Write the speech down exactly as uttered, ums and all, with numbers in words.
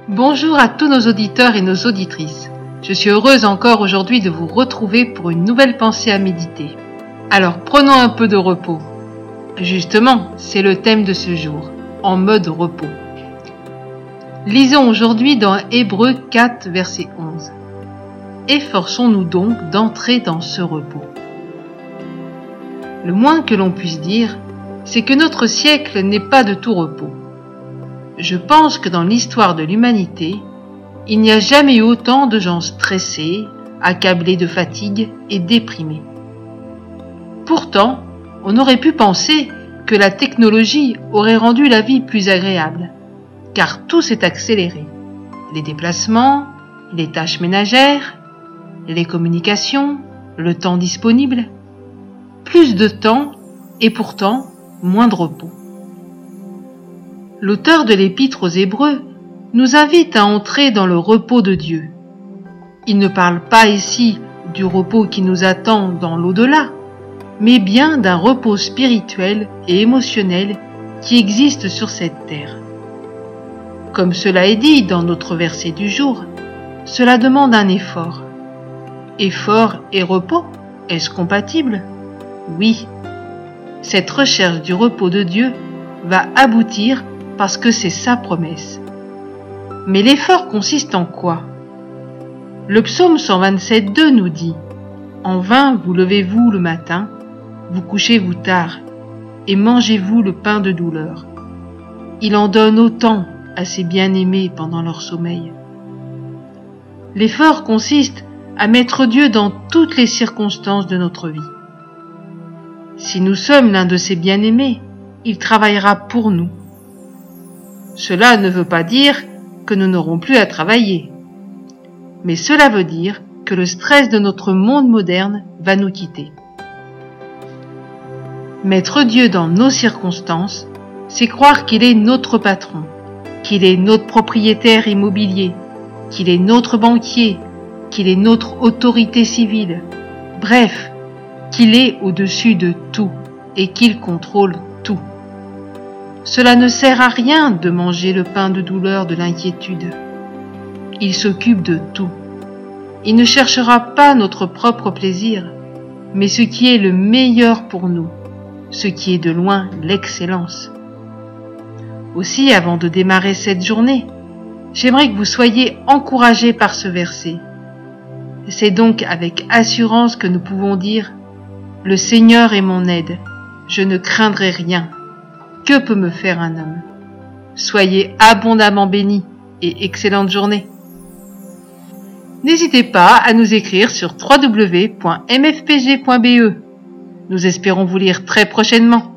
Bonjour à tous nos auditeurs et nos auditrices. Je suis heureuse encore aujourd'hui de vous retrouver pour une nouvelle pensée à méditer. Alors prenons un peu de repos. Justement, c'est le thème de ce jour, en mode repos. Lisons aujourd'hui dans Hébreux quatre, verset onze. Efforçons-nous donc d'entrer dans ce repos. Le moins que l'on puisse dire, c'est que notre siècle n'est pas de tout repos. Je pense que dans l'histoire de l'humanité, il n'y a jamais eu autant de gens stressés, accablés de fatigue et déprimés. Pourtant, on aurait pu penser que la technologie aurait rendu la vie plus agréable, car tout s'est accéléré. Les déplacements, les tâches ménagères, les communications, le temps disponible. Plus de temps et pourtant moins de repos. L'auteur de l'Épître aux Hébreux nous invite à entrer dans le repos de Dieu. Il ne parle pas ici du repos qui nous attend dans l'au-delà, mais bien d'un repos spirituel et émotionnel qui existe sur cette terre. Comme cela est dit dans notre verset du jour, cela demande un effort. Effort et repos, est-ce compatible ? Oui. Cette recherche du repos de Dieu va aboutir parce que c'est sa promesse. Mais l'effort consiste en quoi ? Le psaume cent vingt-sept, deux nous dit « En vain vous levez-vous le matin, vous couchez-vous tard, et mangez-vous le pain de douleur. Il en donne autant à ses bien-aimés pendant leur sommeil. » L'effort consiste à mettre Dieu dans toutes les circonstances de notre vie. Si nous sommes l'un de ses bien-aimés, il travaillera pour nous. Cela ne veut pas dire que nous n'aurons plus à travailler, mais cela veut dire que le stress de notre monde moderne va nous quitter. Mettre Dieu dans nos circonstances, c'est croire qu'il est notre patron, qu'il est notre propriétaire immobilier, qu'il est notre banquier, qu'il est notre autorité civile, bref, qu'il est au-dessus de tout et qu'il contrôle tout. Cela ne sert à rien de manger le pain de douleur de l'inquiétude. Il s'occupe de tout. Il ne cherchera pas notre propre plaisir, mais ce qui est le meilleur pour nous, ce qui est de loin l'excellence. Aussi, avant de démarrer cette journée, j'aimerais que vous soyez encouragés par ce verset. C'est donc avec assurance que nous pouvons dire « Le Seigneur est mon aide, je ne craindrai rien. Que peut me faire un homme ?» Soyez abondamment bénis et excellente journée. N'hésitez pas à nous écrire sur w w w point m f p g point b e. Nous espérons vous lire très prochainement.